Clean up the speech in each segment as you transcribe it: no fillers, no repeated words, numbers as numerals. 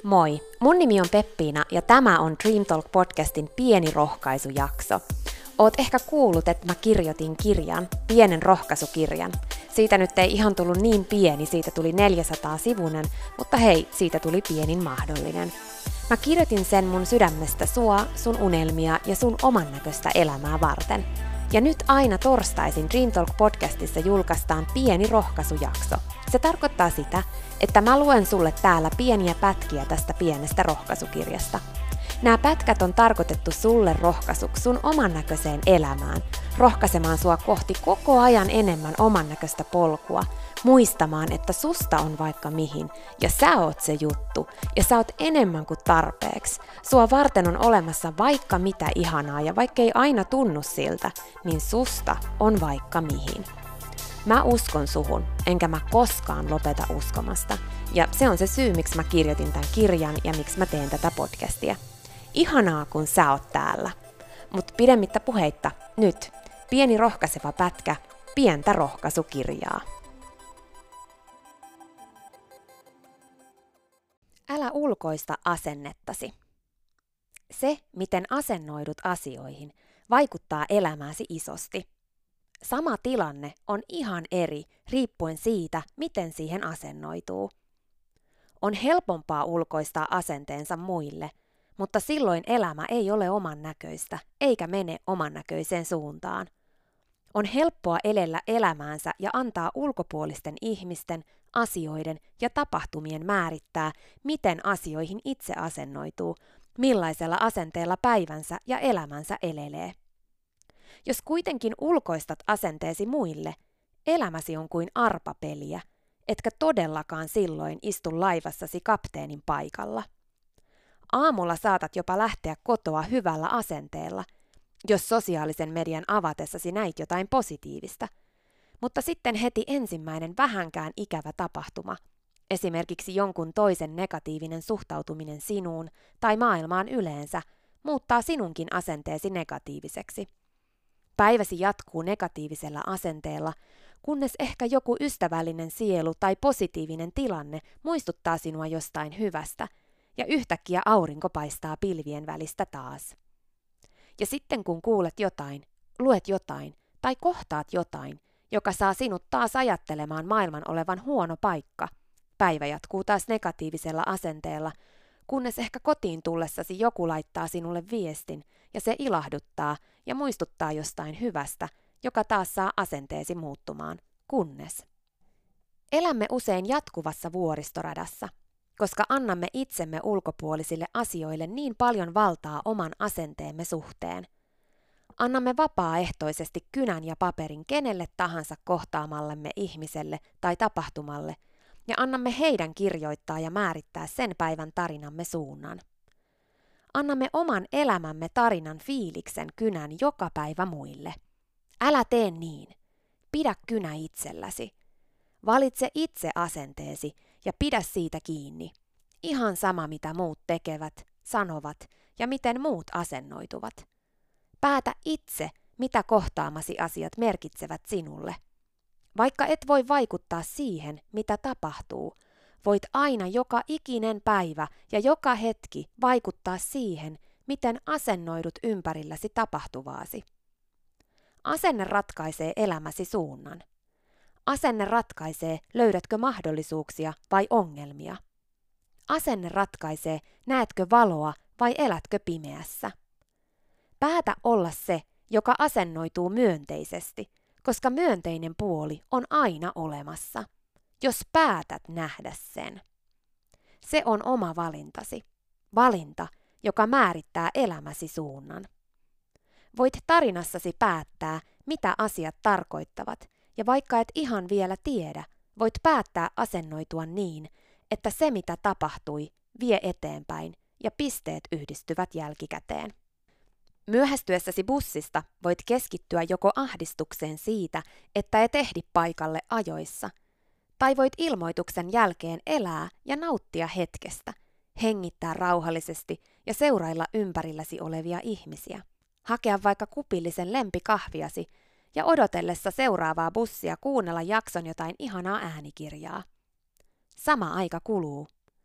Moi, mun nimi on Peppiina ja tämä on Dream Talk podcastin pieni rohkaisujakso. Oot ehkä kuullut, että mä kirjoitin kirjan, pienen rohkaisukirjan. Siitä nyt ei ihan tullut niin pieni, siitä tuli 400-sivuinen, mutta hei, siitä tuli pienin mahdollinen. Mä kirjoitin sen mun sydämestä sua, sun unelmia ja sun oman näköistä elämää varten. Ja nyt aina torstaisin Dream Talk podcastissa julkaistaan pieni rohkaisujakso. Se tarkoittaa sitä, että mä luen sulle täällä pieniä pätkiä tästä pienestä rohkaisukirjasta. Nämä pätkät on tarkoitettu sulle rohkaisuksi sun oman näköiseen elämään, rohkaisemaan sua kohti koko ajan enemmän oman näköistä polkua, muistamaan, että susta on vaikka mihin, ja sä oot se juttu, ja sä oot enemmän kuin tarpeeksi. Sua varten on olemassa vaikka mitä ihanaa, ja vaikka ei aina tunnu siltä, niin susta on vaikka mihin. Mä uskon suhun, enkä mä koskaan lopeta uskomasta, ja se on se syy, miksi mä kirjoitin tämän kirjan ja miksi mä teen tätä podcastia. Ihanaa, kun sä oot täällä. Mut pidemmittä puheitta, nyt pieni rohkaiseva pätkä, pientä rohkaisukirjaa. Älä ulkoista asennettasi. Se, miten asennoidut asioihin, vaikuttaa elämääsi isosti. Sama tilanne on ihan eri riippuen siitä, miten siihen asennoituu. On helpompaa ulkoistaa asenteensa muille, mutta silloin elämä ei ole oman näköistä, eikä mene oman näköiseen suuntaan. On helppoa elellä elämäänsä ja antaa ulkopuolisten ihmisten, asioiden ja tapahtumien määrittää, miten asioihin itse asennoituu, millaisella asenteella päivänsä ja elämänsä elelee. Jos kuitenkin ulkoistat asenteesi muille, elämäsi on kuin arpapeliä, etkä todellakaan silloin istu laivassasi kapteenin paikalla. Aamulla saatat jopa lähteä kotoa hyvällä asenteella, jos sosiaalisen median avatessasi näit jotain positiivista. Mutta sitten heti ensimmäinen vähänkään ikävä tapahtuma, esimerkiksi jonkun toisen negatiivinen suhtautuminen sinuun tai maailmaan yleensä, muuttaa sinunkin asenteesi negatiiviseksi. Päiväsi jatkuu negatiivisella asenteella, kunnes ehkä joku ystävällinen sielu tai positiivinen tilanne muistuttaa sinua jostain hyvästä, ja yhtäkkiä aurinko paistaa pilvien välistä taas. Ja sitten kun kuulet jotain, luet jotain tai kohtaat jotain, joka saa sinut taas ajattelemaan maailman olevan huono paikka, päivä jatkuu taas negatiivisella asenteella, kunnes ehkä kotiin tullessasi joku laittaa sinulle viestin ja se ilahduttaa ja muistuttaa jostain hyvästä, joka taas saa asenteesi muuttumaan, kunnes. Elämme usein jatkuvassa vuoristoradassa, koska annamme itsemme ulkopuolisille asioille niin paljon valtaa oman asenteemme suhteen. Annamme vapaaehtoisesti kynän ja paperin kenelle tahansa kohtaamallemme ihmiselle tai tapahtumalle, ja annamme heidän kirjoittaa ja määrittää sen päivän tarinamme suunnan. Annamme oman elämämme tarinan fiiliksen kynän joka päivä muille. Älä tee niin. Pidä kynä itselläsi. Valitse itse asenteesi ja pidä siitä kiinni. Ihan sama mitä muut tekevät, sanovat ja miten muut asennoituvat. Päätä itse, mitä kohtaamasi asiat merkitsevät sinulle. Vaikka et voi vaikuttaa siihen, mitä tapahtuu, voit aina joka ikinen päivä ja joka hetki vaikuttaa siihen, miten asennoidut ympärilläsi tapahtuvaasi. Asenne ratkaisee elämäsi suunnan. Asenne ratkaisee, löydätkö mahdollisuuksia vai ongelmia. Asenne ratkaisee, näetkö valoa vai elätkö pimeässä. Päätä olla se, joka asennoituu myönteisesti, koska myönteinen puoli on aina olemassa, jos päätät nähdä sen. Se on oma valintasi, valinta, joka määrittää elämäsi suunnan. Voit tarinassasi päättää, mitä asiat tarkoittavat, ja vaikka et ihan vielä tiedä, voit päättää asennoitua niin, että se mitä tapahtui vie eteenpäin ja pisteet yhdistyvät jälkikäteen. Myöhästyessäsi bussista voit keskittyä joko ahdistukseen siitä, että et ehdi paikalle ajoissa, tai voit ilmoituksen jälkeen elää ja nauttia hetkestä, hengittää rauhallisesti ja seurailla ympärilläsi olevia ihmisiä. Hakea vaikka kupillisen lempikahviasi ja odotellessa seuraavaa bussia kuunnella jakson jotain ihanaa äänikirjaa. Sama aika kuluu.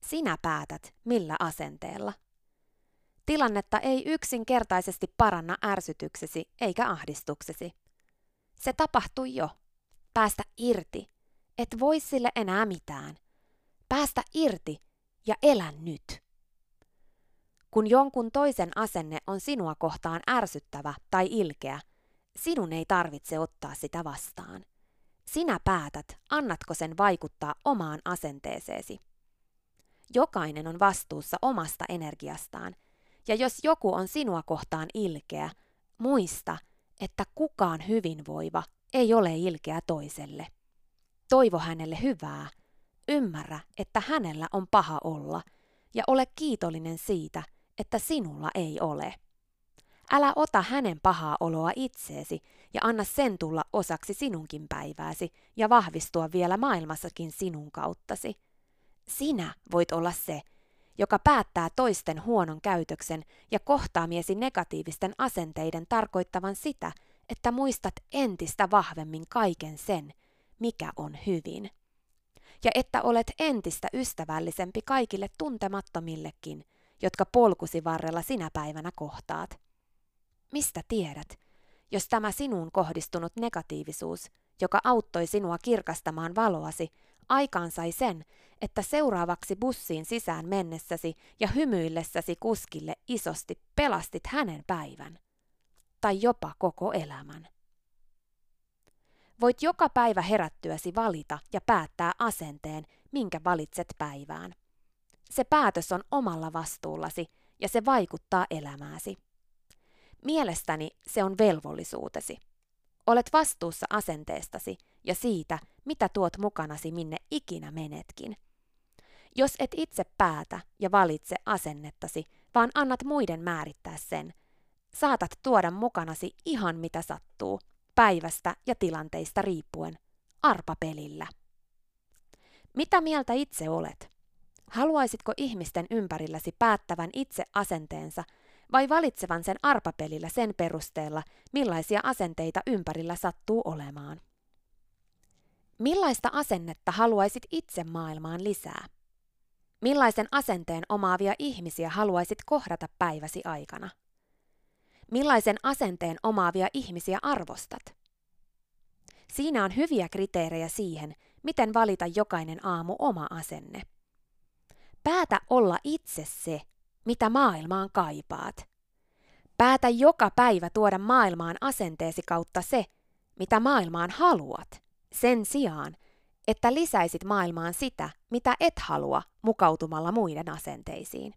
Sinä päätät, millä asenteella. Tilannetta ei yksinkertaisesti paranna ärsytyksesi eikä ahdistuksesi. Se tapahtui jo. Päästä irti. Et voi sille enää mitään. Päästä irti ja elä nyt. Kun jonkun toisen asenne on sinua kohtaan ärsyttävä tai ilkeä, sinun ei tarvitse ottaa sitä vastaan. Sinä päätät, annatko sen vaikuttaa omaan asenteeseesi. Jokainen on vastuussa omasta energiastaan, ja jos joku on sinua kohtaan ilkeä, muista, että kukaan hyvinvoiva ei ole ilkeä toiselle. Toivo hänelle hyvää, ymmärrä, että hänellä on paha olla, ja ole kiitollinen siitä, että sinulla ei ole. Älä ota hänen pahaa oloa itseesi ja anna sen tulla osaksi sinunkin päivääsi ja vahvistua vielä maailmassakin sinun kauttasi. Sinä voit olla se, joka päättää toisten huonon käytöksen ja kohtaamiesi negatiivisten asenteiden tarkoittavan sitä, että muistat entistä vahvemmin kaiken sen, mikä on hyvin. Ja että olet entistä ystävällisempi kaikille tuntemattomillekin, jotka polkusi varrella sinä päivänä kohtaat. Mistä tiedät, jos tämä sinuun kohdistunut negatiivisuus, joka auttoi sinua kirkastamaan valoasi, aikaansai sen, että seuraavaksi bussiin sisään mennessäsi ja hymyillessäsi kuskille isosti pelastit hänen päivän, tai jopa koko elämän. Voit joka päivä herättyäsi valita ja päättää asenteen, minkä valitset päivään. Se päätös on omalla vastuullasi ja se vaikuttaa elämääsi. Mielestäni se on velvollisuutesi. Olet vastuussa asenteestasi ja siitä, mitä tuot mukanasi minne ikinä menetkin. Jos et itse päätä ja valitse asennettasi, vaan annat muiden määrittää sen, saatat tuoda mukanasi ihan mitä sattuu, päivästä ja tilanteista riippuen, arpapelillä. Mitä mieltä itse olet? Haluaisitko ihmisten ympärilläsi päättävän itse asenteensa vai valitsevan sen arpapelillä sen perusteella, millaisia asenteita ympärillä sattuu olemaan? Millaista asennetta haluaisit itse maailmaan lisää? Millaisen asenteen omaavia ihmisiä haluaisit kohdata päiväsi aikana? Millaisen asenteen omaavia ihmisiä arvostat? Siinä on hyviä kriteerejä siihen, miten valita jokainen aamu oma asenne. Päätä olla itse se, mitä maailmaan kaipaat. Päätä joka päivä tuoda maailmaan asenteesi kautta se, mitä maailmaan haluat, sen sijaan, että lisäisit maailmaan sitä, mitä et halua mukautumalla muiden asenteisiin.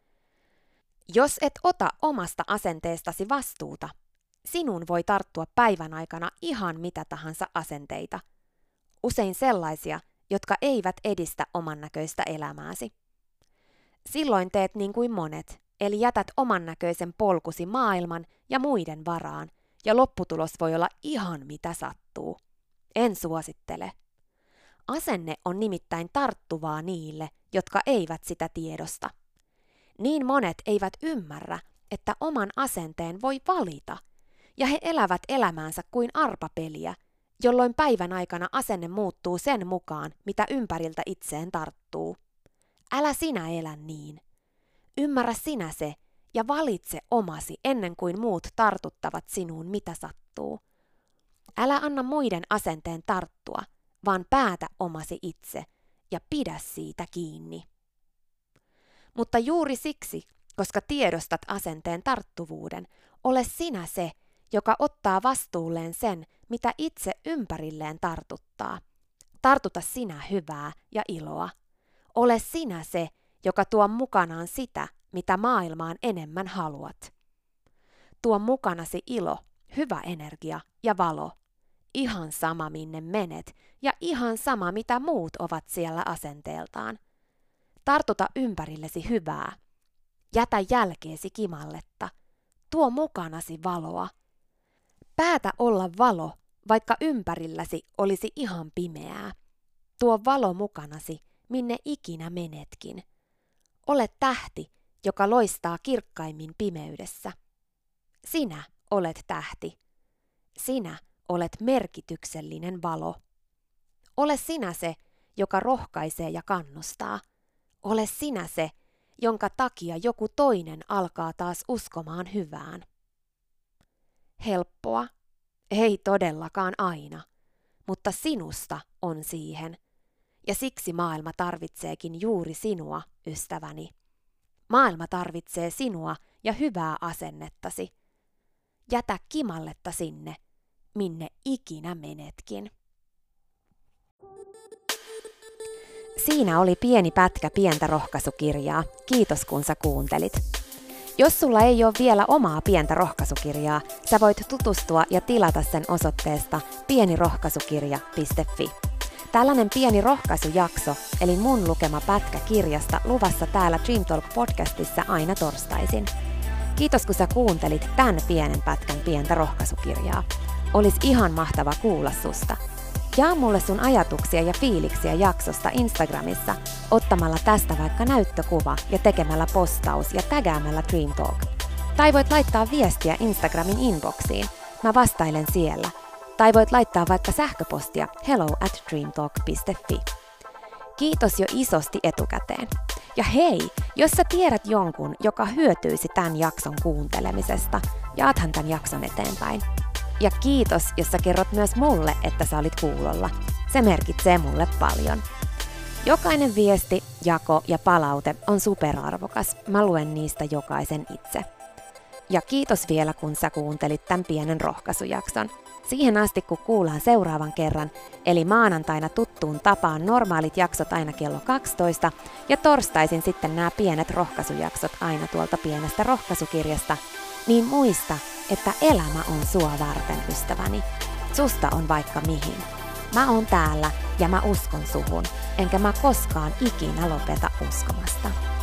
Jos et ota omasta asenteestasi vastuuta, sinun voi tarttua päivän aikana ihan mitä tahansa asenteita, usein sellaisia, jotka eivät edistä oman näköistä elämääsi. Silloin teet niin kuin monet, eli jätät oman näköisen polkusi maailman ja muiden varaan, ja lopputulos voi olla ihan mitä sattuu. En suosittele. Asenne on nimittäin tarttuvaa niille, jotka eivät sitä tiedosta. Niin monet eivät ymmärrä, että oman asenteen voi valita, ja he elävät elämäänsä kuin arpapeliä, jolloin päivän aikana asenne muuttuu sen mukaan, mitä ympäriltä itseen tarttuu. Älä sinä elä niin. Ymmärrä sinä se ja valitse omasi ennen kuin muut tartuttavat sinuun mitä sattuu. Älä anna muiden asenteen tarttua, vaan päätä omasi itse ja pidä siitä kiinni. Mutta juuri siksi, koska tiedostat asenteen tarttuvuuden, ole sinä se, joka ottaa vastuulleen sen, mitä itse ympärilleen tartuttaa. Tartuta sinä hyvää ja iloa. Ole sinä se, joka tuo mukanaan sitä, mitä maailmaan enemmän haluat. Tuo mukanasi ilo, hyvä energia ja valo. Ihan sama minne menet ja ihan sama mitä muut ovat siellä asenteeltaan. Tartuta ympärillesi hyvää. Jätä jälkeesi kimalletta. Tuo mukanasi valoa. Päätä olla valo, vaikka ympärilläsi olisi ihan pimeää. Tuo valo mukanasi, minne ikinä menetkin. Ole tähti, joka loistaa kirkkaimmin pimeydessä. Sinä olet tähti. Sinä olet merkityksellinen valo. Ole sinä se, joka rohkaisee ja kannustaa. Ole sinä se, jonka takia joku toinen alkaa taas uskomaan hyvään. Helppoa? Ei todellakaan aina, mutta sinusta on siihen. Ja siksi maailma tarvitseekin juuri sinua, ystäväni. Maailma tarvitsee sinua ja hyvää asennettasi. Jätä kimalletta sinne, minne ikinä menetkin. Siinä oli pieni pätkä pientä rohkaisukirjaa. Kiitos kun sä kuuntelit. Jos sulla ei ole vielä omaa pientä rohkaisukirjaa, sä voit tutustua ja tilata sen osoitteesta pienirohkaisukirja.fi. Tällainen pieni rohkaisujakso, eli mun lukema pätkä kirjasta, luvassa täällä Dream Talk podcastissa aina torstaisin. Kiitos kun sä kuuntelit tän pienen pätkän pientä rohkaisukirjaa. Olis ihan mahtava kuulla susta. Jaa mulle sun ajatuksia ja fiiliksiä jaksosta Instagramissa ottamalla tästä vaikka näyttökuva ja tekemällä postaus ja tägäämällä Dream Talk. Tai voit laittaa viestiä Instagramin inboxiin. Mä vastailen siellä. Tai voit laittaa vaikka sähköpostia hello@dreamtalk.fi. Kiitos jo isosti etukäteen. Ja hei, jos sä tiedät jonkun, joka hyötyisi tämän jakson kuuntelemisesta, jaathan tämän jakson eteenpäin. Ja kiitos, jos sä kerrot myös mulle, että sä olit kuulolla. Se merkitsee mulle paljon. Jokainen viesti, jako ja palaute on superarvokas. Mä luen niistä jokaisen itse. Ja kiitos vielä, kun sä kuuntelit tämän pienen rohkaisujakson. Siihen asti, kun kuullaan seuraavan kerran, eli maanantaina tuttuun tapaan normaalit jaksot aina kello 12 ja torstaisin sitten nämä pienet rohkaisujaksot aina tuolta pienestä rohkaisukirjasta, niin muista, että elämä on sua varten, ystäväni. Susta on vaikka mihin. Mä oon täällä ja mä uskon suhun, enkä mä koskaan ikinä lopeta uskomasta.